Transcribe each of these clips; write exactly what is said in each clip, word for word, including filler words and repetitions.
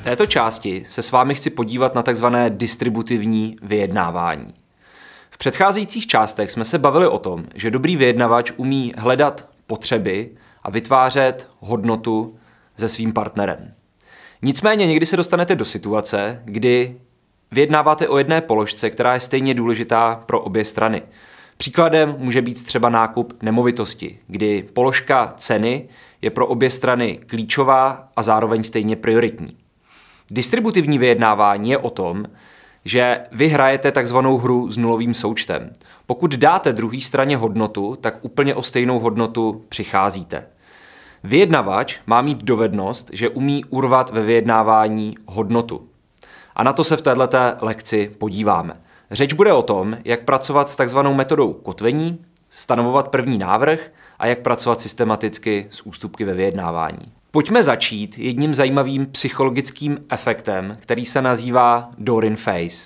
této části se s vámi chci podívat na takzvané distributivní vyjednávání. V předcházejících částech jsme se bavili o tom, že dobrý vyjednavač umí hledat potřeby a vytvářet hodnotu se svým partnerem. Nicméně někdy se dostanete do situace, kdy vyjednáváte o jedné položce, která je stejně důležitá pro obě strany. Příkladem může být třeba nákup nemovitosti, kdy položka ceny je pro obě strany klíčová a zároveň stejně prioritní. Distributivní vyjednávání je o tom, že vy hrajete takzvanou hru s nulovým součtem. Pokud dáte druhé straně hodnotu, tak úplně o stejnou hodnotu přicházíte. Vyjednavač má mít dovednost, že umí urvat ve vyjednávání hodnotu. A na to se v této lekci podíváme. Řeč bude o tom, jak pracovat s takzvanou metodou kotvení, stanovovat první návrh a jak pracovat systematicky s ústupky ve vyjednávání. Pojďme začít jedním zajímavým psychologickým efektem, který se nazývá door in face.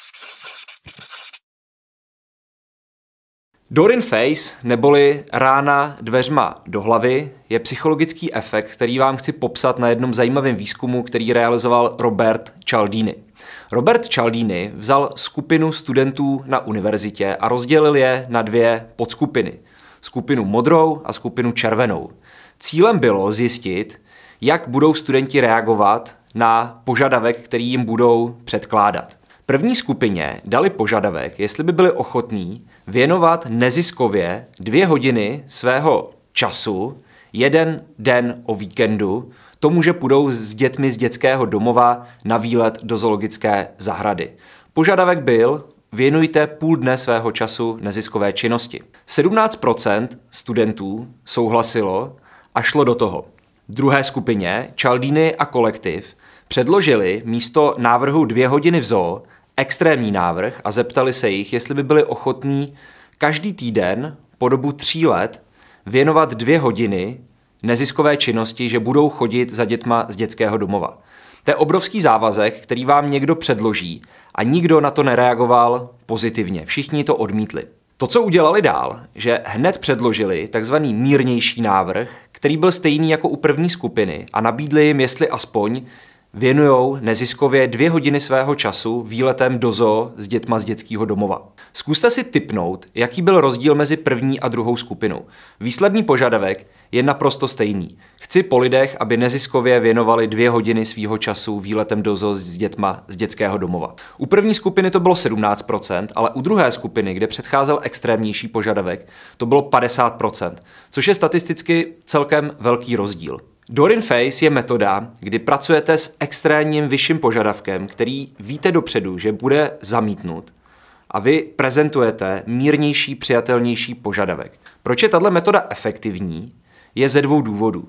Door in face, neboli rána dveřma do hlavy, je psychologický efekt, který vám chci popsat na jednom zajímavém výzkumu, který realizoval Robert Cialdini. Robert Cialdini vzal skupinu studentů na univerzitě a rozdělil je na dvě podskupiny. Skupinu modrou a skupinu červenou. Cílem bylo zjistit, jak budou studenti reagovat na požadavek, který jim budou předkládat. První skupině dali požadavek, jestli by byli ochotní věnovat neziskově dvě hodiny svého času, jeden den o víkendu, tomu, že půjdou s dětmi z dětského domova na výlet do zoologické zahrady. Požadavek byl, věnujte půl dne svého času neziskové činnosti. sedmnáct procent studentů souhlasilo a šlo do toho. Druhé skupině, Cialdini a kolektiv, předložili místo návrhu dvě hodiny v zoo extrémní návrh a zeptali se jich, jestli by byli ochotní každý týden po dobu tří let věnovat dvě hodiny neziskové činnosti, že budou chodit za dětma z dětského domova. To je obrovský závazek, který vám někdo předloží a nikdo na to nereagoval pozitivně. Všichni to odmítli. To, co udělali dál, že hned předložili takzvaný mírnější návrh, který byl stejný jako u první skupiny a nabídli jim, jestli aspoň věnujou neziskově dvě hodiny svého času výletem do zoo s dětma z dětského domova. Zkuste si tipnout, jaký byl rozdíl mezi první a druhou skupinou. Výsledný požadavek je naprosto stejný. Chci po lidech, aby neziskově věnovali dvě hodiny svého času výletem do zoo s dětma z dětského domova. U první skupiny to bylo sedmnáct procent, ale u druhé skupiny, kde předcházel extrémnější požadavek, to bylo padesát procent, což je statisticky celkem velký rozdíl. Door in face je metoda, kdy pracujete s extrémním vyšším požadavkem, který víte dopředu, že bude zamítnut, a vy prezentujete mírnější, přijatelnější požadavek. Proč je tato metoda efektivní? Je ze dvou důvodů.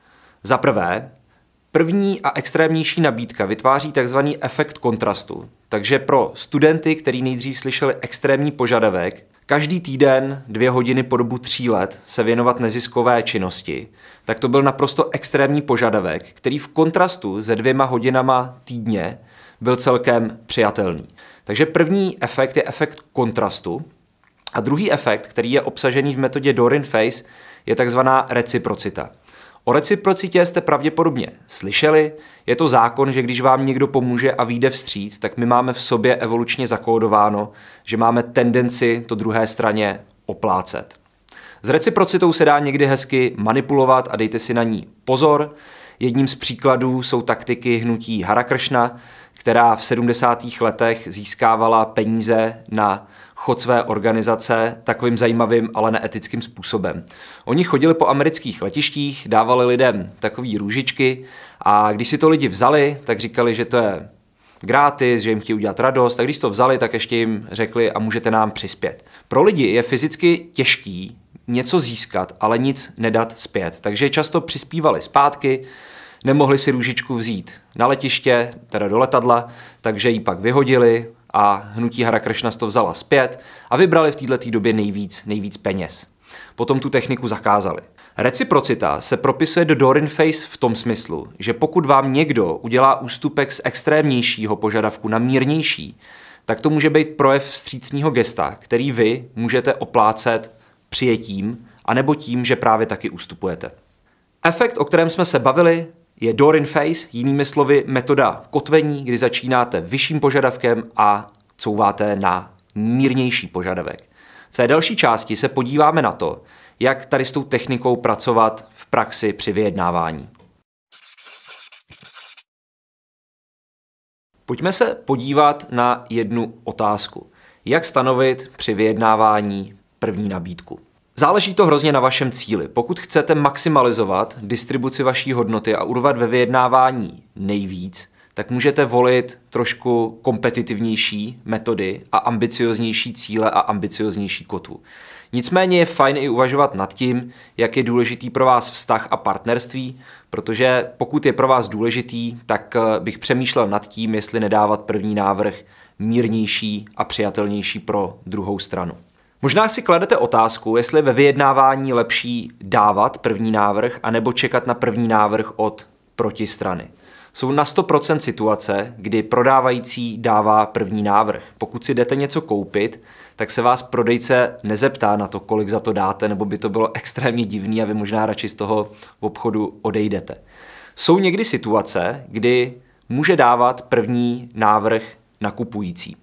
Za prvé, první a extrémnější nabídka vytváří takzvaný efekt kontrastu. Takže pro studenty, kteří nejdřív slyšeli extrémní požadavek, každý týden dvě hodiny po dobu tří let se věnovat neziskové činnosti, tak to byl naprosto extrémní požadavek, který v kontrastu se dvěma hodinama týdně byl celkem přijatelný. Takže první efekt je efekt kontrastu a druhý efekt, který je obsažený v metodě door in face, je takzvaná reciprocita. O reciprocitě jste pravděpodobně slyšeli, je to zákon, že když vám někdo pomůže a vyjde vstříc, tak my máme v sobě evolučně zakódováno, že máme tendenci to druhé straně oplácet. S reciprocitou se dá někdy hezky manipulovat a dejte si na ní pozor. Jedním z příkladů jsou taktiky hnutí Hare Krishna, která v sedmdesátých letech získávala peníze na chod své organizace takovým zajímavým, ale neetickým způsobem. Oni chodili po amerických letištích, dávali lidem takové růžičky a když si to lidi vzali, tak říkali, že to je gratis, že jim chtějí udělat radost, a když to vzali, tak ještě jim řekli a můžete nám přispět. Pro lidi je fyzicky těžký něco získat, ale nic nedat zpět, takže často přispívali zpátky, nemohli si růžičku vzít na letiště, teda do letadla, takže ji pak vyhodili a hnutí Hare Krishna to vzala zpět a vybrali v této době nejvíc, nejvíc peněz. Potom tu techniku zakázali. Reciprocita se propisuje do door in face v tom smyslu, že pokud vám někdo udělá ústupek z extrémnějšího požadavku na mírnější, tak to může být projev vstřícného gesta, který vy můžete oplácet přijetím anebo tím, že právě taky ustupujete. Efekt, o kterém jsme se bavili, je door in face, jinými slovy metoda kotvení, kdy začínáte vyšším požadavkem a couváte na mírnější požadavek. V té další části se podíváme na to, jak tady s tou technikou pracovat v praxi při vyjednávání. Pojďme se podívat na jednu otázku. Jak stanovit při vyjednávání první nabídku? Záleží to hrozně na vašem cíli. Pokud chcete maximalizovat distribuci vaší hodnoty a urvat ve vyjednávání nejvíc, tak můžete volit trošku kompetitivnější metody a ambicioznější cíle a ambicioznější kotvu. Nicméně je fajn i uvažovat nad tím, jak je důležitý pro vás vztah a partnerství, protože pokud je pro vás důležitý, tak bych přemýšlel nad tím, jestli nedávat první návrh mírnější a přijatelnější pro druhou stranu. Možná si kladete otázku, jestli je ve vyjednávání lepší dávat první návrh anebo čekat na první návrh od protistrany. Jsou na sto procent situace, kdy prodávající dává první návrh. Pokud si jdete něco koupit, tak se vás prodejce nezeptá na to, kolik za to dáte, nebo by to bylo extrémně divný a vy možná radši z toho obchodu odejdete. Jsou někdy situace, kdy může dávat první návrh nakupující.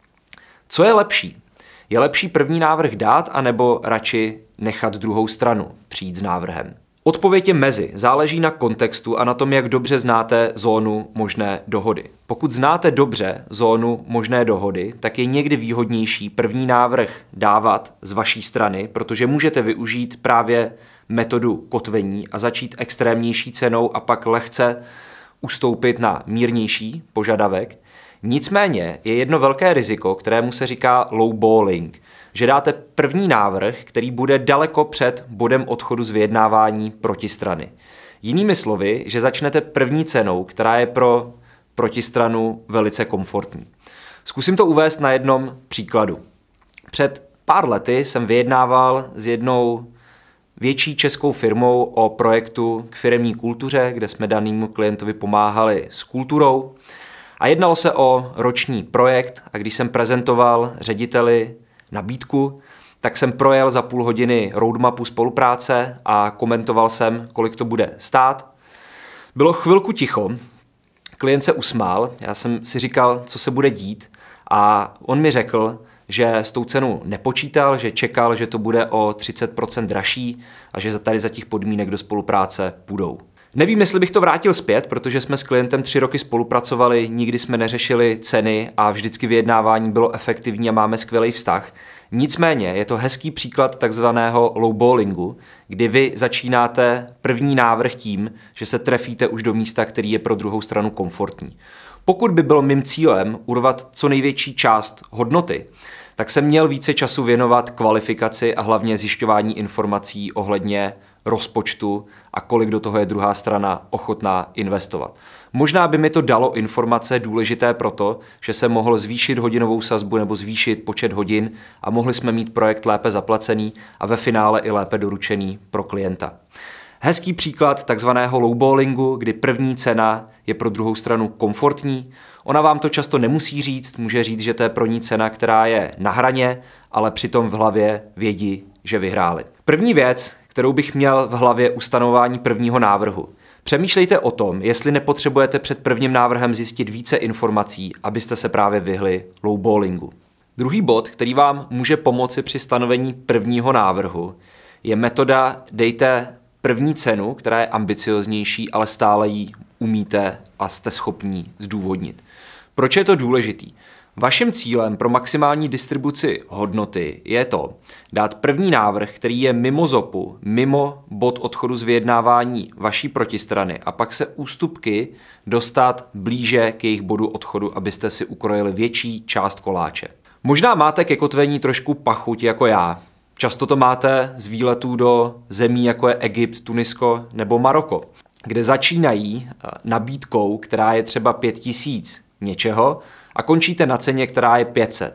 Co je lepší? Je lepší první návrh dát, anebo radši nechat druhou stranu přijít s návrhem? Odpověď je mezi. Záleží na kontextu a na tom, jak dobře znáte zónu možné dohody. Pokud znáte dobře zónu možné dohody, tak je někdy výhodnější první návrh dávat z vaší strany, protože můžete využít právě metodu kotvení a začít extrémnější cenou a pak lehce ustoupit na mírnější požadavek. Nicméně je jedno velké riziko, kterému se říká lowballing, že dáte první návrh, který bude daleko před bodem odchodu z vyjednávání protistrany. Jinými slovy, že začnete první cenou, která je pro protistranu velice komfortní. Zkusím to uvést na jednom příkladu. Před pár lety jsem vyjednával s jednou větší českou firmou o projektu k firemní kultuře, kde jsme danému klientovi pomáhali s kulturou. A jednalo se o roční projekt a když jsem prezentoval řediteli nabídku, tak jsem projel za půl hodiny roadmapu spolupráce a komentoval jsem, kolik to bude stát. Bylo chvilku ticho, klient se usmál, já jsem si říkal, co se bude dít a on mi řekl, že s tou cenou nepočítal, že čekal, že to bude o třicet procent dražší a že tady za těch podmínek do spolupráce půjdou. Nevím, jestli bych to vrátil zpět, protože jsme s klientem tři roky spolupracovali, nikdy jsme neřešili ceny a vždycky vyjednávání bylo efektivní a máme skvělý vztah. Nicméně je to hezký příklad takzvaného lowballingu, kdy vy začínáte první návrh tím, že se trefíte už do místa, který je pro druhou stranu komfortní. Pokud by bylo mým cílem urvat co největší část hodnoty, tak jsem měl více času věnovat kvalifikaci a hlavně zjišťování informací ohledně rozpočtu a kolik do toho je druhá strana ochotná investovat. Možná by mi to dalo informace důležité proto, že jsem mohl zvýšit hodinovou sazbu nebo zvýšit počet hodin a mohli jsme mít projekt lépe zaplacený a ve finále i lépe doručený pro klienta. Hezký příklad takzvaného lowballingu, kdy první cena je pro druhou stranu komfortní. Ona vám to často nemusí říct, může říct, že to je pro ní cena, která je na hraně, ale přitom v hlavě vědí, že vyhráli. První věc, kterou bych měl v hlavě u stanovování prvního návrhu. Přemýšlejte o tom, jestli nepotřebujete před prvním návrhem zjistit více informací, abyste se právě vyhli lowballingu. Druhý bod, který vám může pomoci při stanovení prvního návrhu, je metoda dejte první cenu, která je ambicioznější, ale stále ji umíte a jste schopní zdůvodnit. Proč je to důležitý? Vaším cílem pro maximální distribuci hodnoty je to dát první návrh, který je mimo zopu, mimo bod odchodu z vyjednávání vaší protistrany a pak se ústupky dostat blíže k jejich bodu odchodu, abyste si ukrojili větší část koláče. Možná máte ke kotvení trošku pachuť jako já. Často to máte z výletů do zemí jako je Egypt, Tunisko nebo Maroko, kde začínají nabídkou, která je třeba pět tisíc něčeho a končíte na ceně, která je pět set.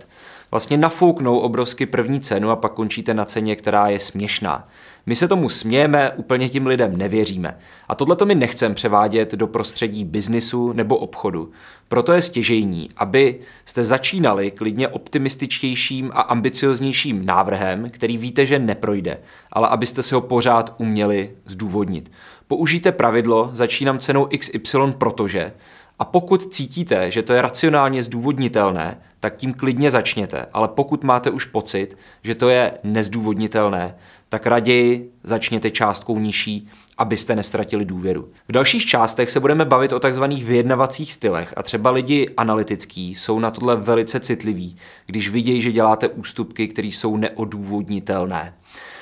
Vlastně nafouknou obrovsky první cenu a pak končíte na ceně, která je směšná. My se tomu smějeme, úplně tím lidem nevěříme. A tohleto my nechceme převádět do prostředí biznisu nebo obchodu. Proto je stěžejní, aby jste začínali klidně optimističtějším a ambicioznějším návrhem, který víte, že neprojde, ale abyste si ho pořád uměli zdůvodnit. Použijte pravidlo začínám cenou iks ypsilon protože, a pokud cítíte, že to je racionálně zdůvodnitelné, tak tím klidně začněte. Ale pokud máte už pocit, že to je nezdůvodnitelné, tak raději začněte částkou nižší, abyste nestratili důvěru. V dalších částech se budeme bavit o takzvaných vyjednavacích stylech a třeba lidi analytický jsou na tohle velice citliví, když vidějí, že děláte ústupky, které jsou neodůvodnitelné.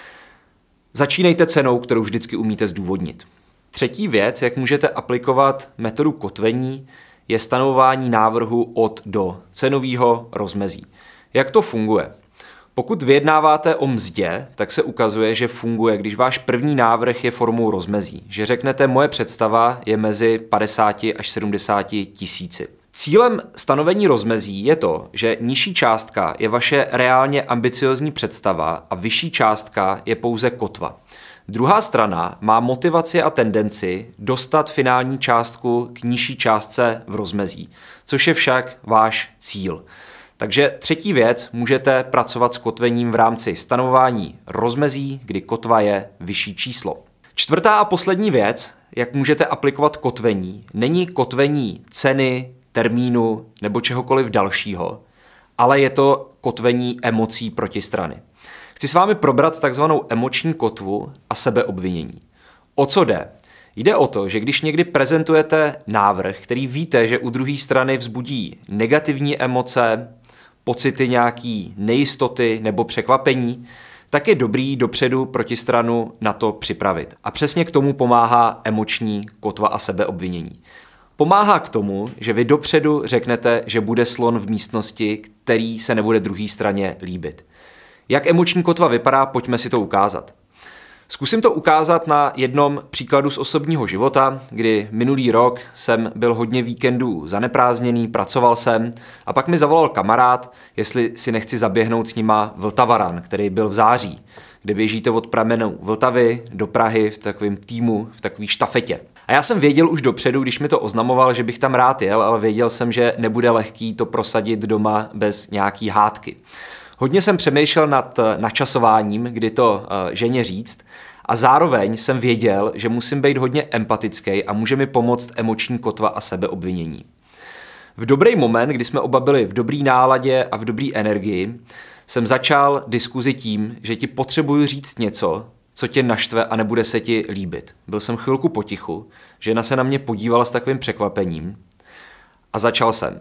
Začínejte cenou, kterou vždycky umíte zdůvodnit. Třetí věc, jak můžete aplikovat metodu kotvení, je stanovování návrhu od do cenového rozmezí. Jak to funguje? Pokud vyjednáváte o mzdě, tak se ukazuje, že funguje, když váš první návrh je formou rozmezí. Že řeknete, moje představa je mezi padesáti až sedmdesáti tisíci. Cílem stanovení rozmezí je to, že nižší částka je vaše reálně ambiciozní představa a vyšší částka je pouze kotva. Druhá strana má motivaci a tendenci dostat finální částku k nižší částce v rozmezí, což je však váš cíl. Takže třetí věc, můžete pracovat s kotvením v rámci stanovování rozmezí, kdy kotva je vyšší číslo. Čtvrtá a poslední věc, jak můžete aplikovat kotvení, není kotvení ceny, termínu nebo čehokoliv dalšího, ale je to kotvení emocí protistrany. Chci s vámi probrat takzvanou emoční kotvu a sebeobvinění. O co jde? Jde o to, že když někdy prezentujete návrh, který víte, že u druhé strany vzbudí negativní emoce, pocity nějaký nejistoty nebo překvapení, tak je dobrý dopředu protistranu na to připravit. A přesně k tomu pomáhá emoční kotva a sebeobvinění. Pomáhá k tomu, že vy dopředu řeknete, že bude slon v místnosti, který se nebude druhé straně líbit. Jak emoční kotva vypadá, pojďme si to ukázat. Zkusím to ukázat na jednom příkladu z osobního života, kdy minulý rok jsem byl hodně víkendů zaneprázdněný, pracoval jsem a pak mi zavolal kamarád, jestli si nechci zaběhnout s nima Vltavaran, který byl v září, kde běžíte od pramenu Vltavy do Prahy v takovém týmu, v takové štafetě. A já jsem věděl už dopředu, když mi to oznamoval, že bych tam rád jel, ale věděl jsem, že nebude lehký to prosadit doma bez nějaký hádky. Hodně jsem přemýšlel nad načasováním, kdy to uh, ženě říct, a zároveň jsem věděl, že musím být hodně empatický a může mi pomoct emoční kotva a sebeobvinění. V dobrý moment, kdy jsme oba byli v dobrý náladě a v dobrý energii, jsem začal diskuzi tím, že ti potřebuju říct něco, co tě naštve a nebude se ti líbit. Byl jsem chvilku potichu, žena se na mě podívala s takovým překvapením a začal jsem.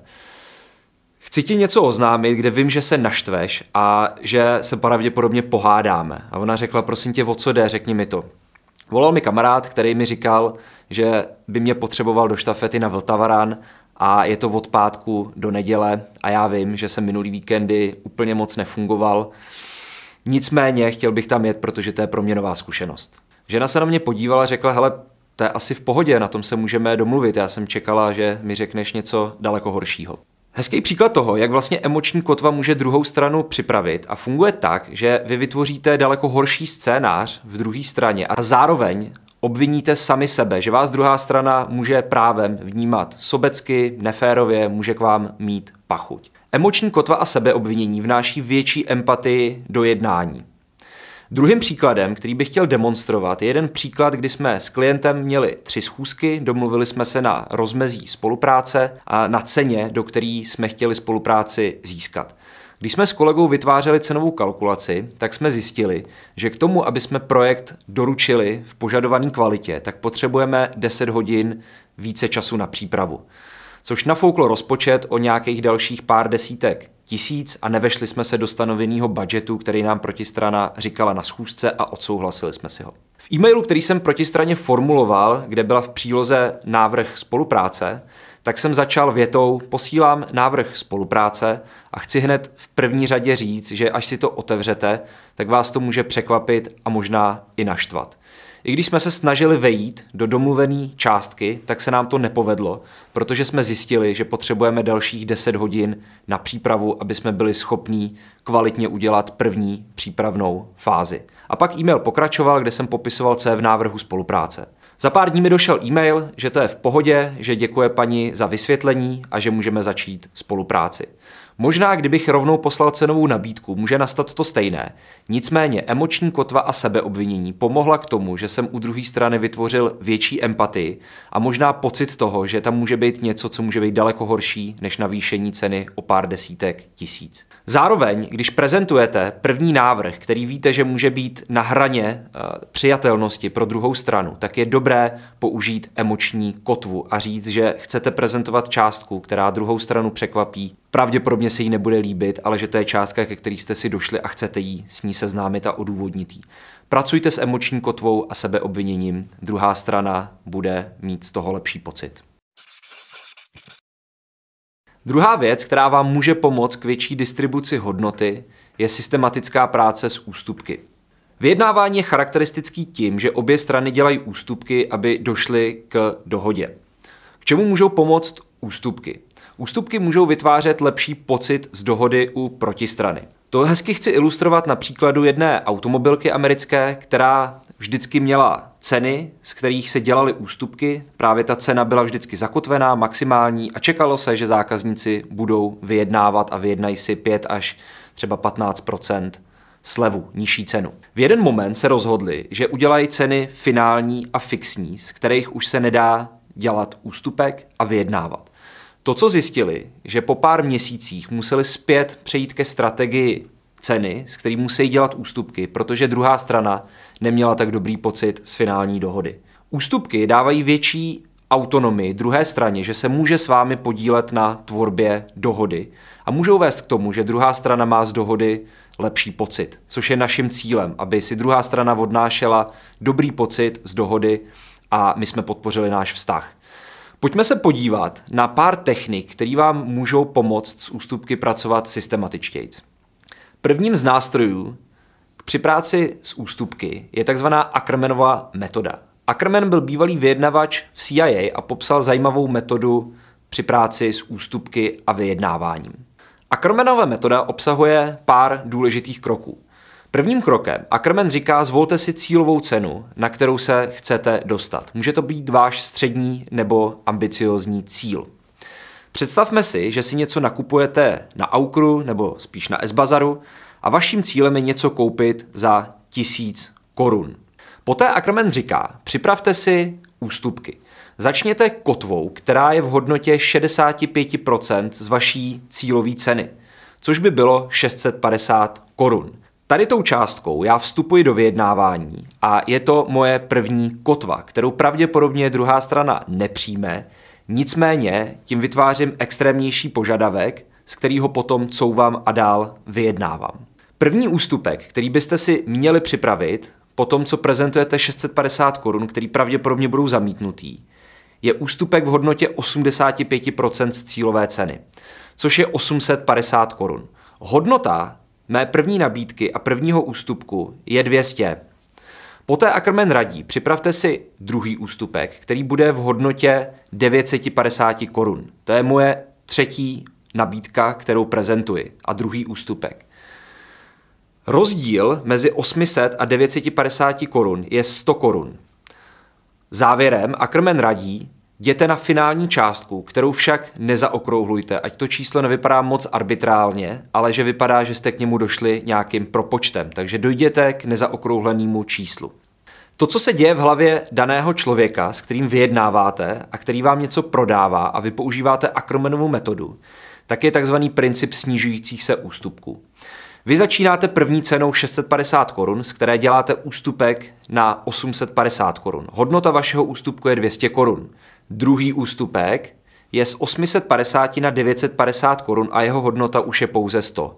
Chci ti něco oznámit, kde vím, že se naštveš a že se pravděpodobně pohádáme. A ona řekla, prosím tě, o co jde, řekni mi to. Volal mi kamarád, který mi říkal, že by mě potřeboval do štafety na Vltavaran a je to od pátku do neděle a já vím, že jsem minulý víkendy úplně moc nefungoval. Nicméně chtěl bych tam jet, protože to je pro mě nová zkušenost. Žena se na mě podívala a řekla, hele, to je asi v pohodě, na tom se můžeme domluvit. Já jsem čekala, že mi řekneš něco daleko horšího. Hezký příklad toho, jak vlastně emoční kotva může druhou stranu připravit a funguje tak, že vy vytvoříte daleko horší scénář v druhé straně a zároveň obviníte sami sebe, že vás druhá strana může právem vnímat sobecky, neférově, může k vám mít pachuť. Emoční kotva a sebeobvinění vnáší větší empatii do jednání. Druhým příkladem, který bych chtěl demonstrovat, je jeden příklad, kdy jsme s klientem měli tři schůzky, domluvili jsme se na rozmezí spolupráce a na ceně, do které jsme chtěli spolupráci získat. Když jsme s kolegou vytvářeli cenovou kalkulaci, tak jsme zjistili, že k tomu, aby jsme projekt doručili v požadované kvalitě, tak potřebujeme deset hodin více času na přípravu. Což nafouklo rozpočet o nějakých dalších pár desítek tisíc a nevešli jsme se do stanoveného budgetu, který nám protistrana říkala na schůzce a odsouhlasili jsme si ho. V e-mailu, který jsem protistraně formuloval, kde byla v příloze návrh spolupráce, tak jsem začal větou: posílám návrh spolupráce a chci hned v první řadě říct, že až si to otevřete, tak vás to může překvapit a možná i naštvat. I když jsme se snažili vejít do domluvené částky, tak se nám to nepovedlo, protože jsme zjistili, že potřebujeme dalších deset hodin na přípravu, aby jsme byli schopní kvalitně udělat první přípravnou fázi. A pak e-mail pokračoval, kde jsem popisoval, co je v návrhu spolupráce. Za pár dní mi došel e-mail, že to je v pohodě, že děkuje paní za vysvětlení a že můžeme začít spolupráci. Možná, kdybych rovnou poslal cenovou nabídku, může nastat to stejné. Nicméně emoční kotva a sebeobvinění pomohla k tomu, že jsem u druhé strany vytvořil větší empatii a možná pocit toho, že tam může být něco, co může být daleko horší než navýšení ceny o pár desítek tisíc. Zároveň, když prezentujete první návrh, který víte, že může být na hraně uh, přijatelnosti pro druhou stranu, tak je dobré použít emoční kotvu a říct, že chcete prezentovat částku, která druhou stranu překvapí. Pravděpodobně se jí nebude líbit, ale že to je částka, ke který jste si došli a chcete jí s ní seznámit a odůvodnit jí. Pracujte s emoční kotvou a sebeobviněním, druhá strana bude mít z toho lepší pocit. Druhá věc, která vám může pomoct k větší distribuci hodnoty, je systematická práce s ústupky. Vyjednávání je charakteristický tím, že obě strany dělají ústupky, aby došly k dohodě. K čemu můžou pomoct ústupky? Ústupky můžou vytvářet lepší pocit z dohody u protistrany. To hezky chci ilustrovat na příkladu jedné automobilky americké, která vždycky měla ceny, z kterých se dělaly ústupky. Právě ta cena byla vždycky zakotvená, maximální a čekalo se, že zákazníci budou vyjednávat a vyjednají si pět až třeba patnáct procent slevu, nižší cenu. V jeden moment se rozhodli, že udělají ceny finální a fixní, z kterých už se nedá dělat ústupek a vyjednávat. To, co zjistili, že po pár měsících museli zpět přejít ke strategii ceny, s který musí dělat ústupky, protože druhá strana neměla tak dobrý pocit z finální dohody. Ústupky dávají větší autonomii druhé straně, že se může s vámi podílet na tvorbě dohody a můžou vést k tomu, že druhá strana má z dohody lepší pocit, což je naším cílem, aby si druhá strana odnášela dobrý pocit z dohody a my jsme podpořili náš vztah. Pojďme se podívat na pár technik, které vám můžou pomoct s ústupky pracovat systematičtěji. Prvním z nástrojů při práci s ústupky je takzvaná Ackermanova metoda. Ackerman byl bývalý vyjednavač v C I A a popsal zajímavou metodu při práci s ústupky a vyjednáváním. Ackermanova metoda obsahuje pár důležitých kroků. Prvním krokem Ackerman říká, zvolte si cílovou cenu, na kterou se chcete dostat. Může to být váš střední nebo ambiciózní cíl. Představme si, že si něco nakupujete na Aukru nebo spíš na S-Bazaru a vaším cílem je něco koupit za tisíc korun. Poté Ackerman říká, připravte si ústupky. Začněte kotvou, která je v hodnotě šedesát pět procent z vaší cílové ceny, což by bylo šest set padesát korun. Tady tou částkou já vstupuji do vyjednávání a je to moje první kotva, kterou pravděpodobně druhá strana nepřijme, nicméně tím vytvářím extrémnější požadavek, z kterého potom couvám a dál vyjednávám. První ústupek, který byste si měli připravit po tom, co prezentujete šest set padesát korun, který pravděpodobně budou zamítnutý, je ústupek v hodnotě osmdesát pět procent z cílové ceny, což je osm set padesát korun. Hodnota mé první nabídky a prvního ústupku je dvě stě. Poté Ackerman radí, připravte si druhý ústupek, který bude v hodnotě devět set padesát korun. To je moje třetí nabídka, kterou prezentuji, a druhý ústupek. Rozdíl mezi osm set a devět set padesát korun je sto korun. Závěrem Ackerman radí, jděte na finální částku, kterou však nezaokrouhlujte, ať to číslo nevypadá moc arbitrálně, ale že vypadá, že jste k němu došli nějakým propočtem, takže dojděte k nezaokrouhlenému číslu. To, co se děje v hlavě daného člověka, s kterým vyjednáváte a který vám něco prodává a vy používáte Ackermanovu metodu, tak je takzvaný princip snižujících se ústupků. Vy začínáte první cenou šest set padesát korun, z které děláte ústupek na osm set padesát korun. Hodnota vašeho ústupku je dvě stě korun. Druhý ústupek je z osm set padesát na devět set padesát korun a jeho hodnota už je pouze sto.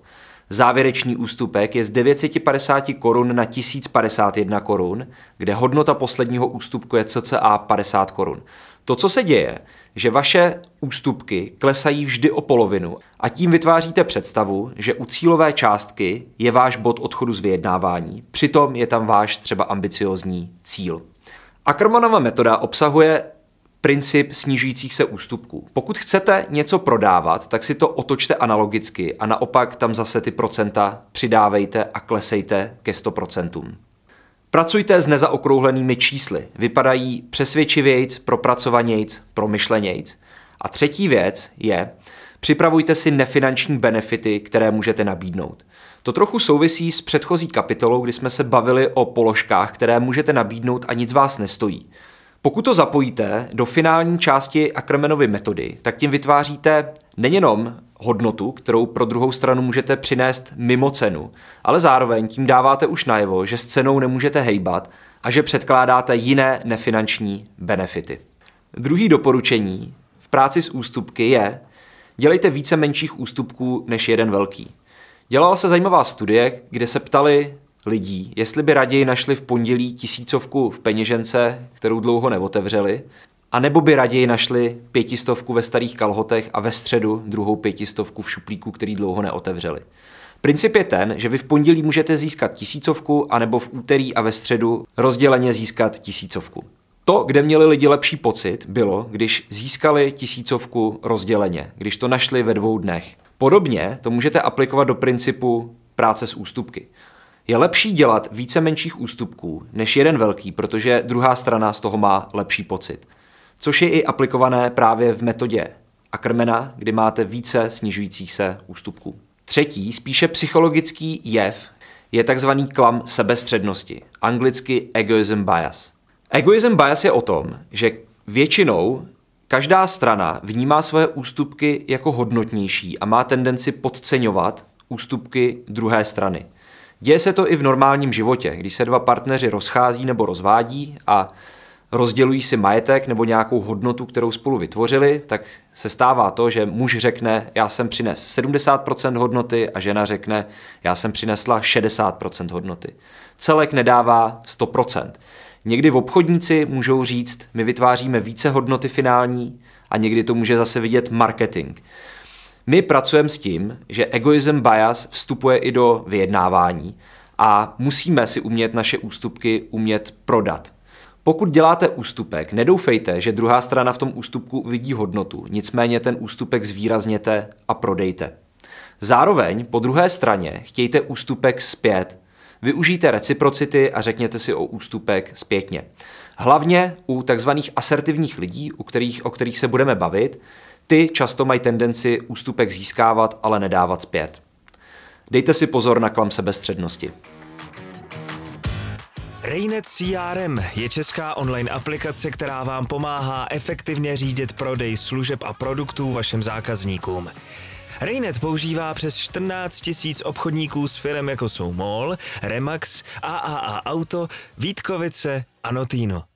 Závěrečný ústupek je z devět set padesát korun na tisíc padesát jedna korun, kde hodnota posledního ústupku je cca padesát korun. To, co se děje, že vaše ústupky klesají vždy o polovinu a tím vytváříte představu, že u cílové částky je váš bod odchodu z vyjednávání, přitom je tam váš třeba ambiciózní cíl. Ackermannova metoda obsahuje princip snižujících se ústupků. Pokud chcete něco prodávat, tak si to otočte analogicky a naopak tam zase ty procenta přidávejte a klesejte ke sto procentům. Pracujte s nezaokrouhlenými čísly. Vypadají přesvědčivějc, propracovanějc, promyšlenějc. A třetí věc je, připravujte si nefinanční benefity, které můžete nabídnout. To trochu souvisí s předchozí kapitolou, kdy jsme se bavili o položkách, které můžete nabídnout a nic vás nestojí. Pokud to zapojíte do finální části Ackermannovy metody, tak tím vytváříte nejenom hodnotu, kterou pro druhou stranu můžete přinést mimo cenu, ale zároveň tím dáváte už najevo, že s cenou nemůžete hejbat a že předkládáte jiné nefinanční benefity. Druhý doporučení v práci s ústupky je, dělejte více menších ústupků než jeden velký. Dělala se zajímavá studie, kde se ptali lidí, jestli by raději našli v pondělí tisícovku v peněžence, kterou dlouho neotevřeli, anebo by raději našli pětistovku ve starých kalhotech a ve středu druhou pětistovku v šuplíku, který dlouho neotevřeli. Princip je ten, že vy v pondělí můžete získat tisícovku, anebo v úterý a ve středu rozděleně získat tisícovku. To, kde měli lidi lepší pocit, bylo, když získali tisícovku rozděleně, když to našli ve dvou dnech. Podobně to můžete aplikovat do principu práce s ústupky. Je lepší dělat více menších ústupků než jeden velký, protože druhá strana z toho má lepší pocit. Což je i aplikované právě v metodě Ackermana, kdy máte více snižujících se ústupků. Třetí, spíše psychologický jev, je takzvaný klam sebestřednosti, anglicky egoism bias. Egoism bias je o tom, že většinou každá strana vnímá své ústupky jako hodnotnější a má tendenci podceňovat ústupky druhé strany. Děje se to i v normálním životě, když se dva partneři rozchází nebo rozvádí a rozdělují si majetek nebo nějakou hodnotu, kterou spolu vytvořili, tak se stává to, že muž řekne, já jsem přines sedmdesát procent hodnoty a žena řekne, já jsem přinesla šedesát procent hodnoty. Celek nedává sto procent. Někdy v obchodníci můžou říct, my vytváříme více hodnoty finální a někdy to může zase vidět marketing. My pracujeme s tím, že egoism bias vstupuje i do vyjednávání a musíme si umět naše ústupky umět prodat. Pokud děláte ústupek, nedoufejte, že druhá strana v tom ústupku vidí hodnotu, nicméně ten ústupek zvýrazněte a prodejte. Zároveň po druhé straně chtějte ústupek zpět. Využijte reciprocity a řekněte si o ústupek zpětně. Hlavně u takzvaných asertivních lidí, u kterých, o kterých se budeme bavit, ty často mají tendenci ústupek získávat, ale nedávat zpět. Dejte si pozor na klam sebestřednosti. Rainet C R M je česká online aplikace, která vám pomáhá efektivně řídit prodej služeb a produktů vašim zákazníkům. Rainet používá přes čtrnáct tisíc obchodníků s firem jako jsou MOL, Remax, A A A Auto, Vítkovice a Notino.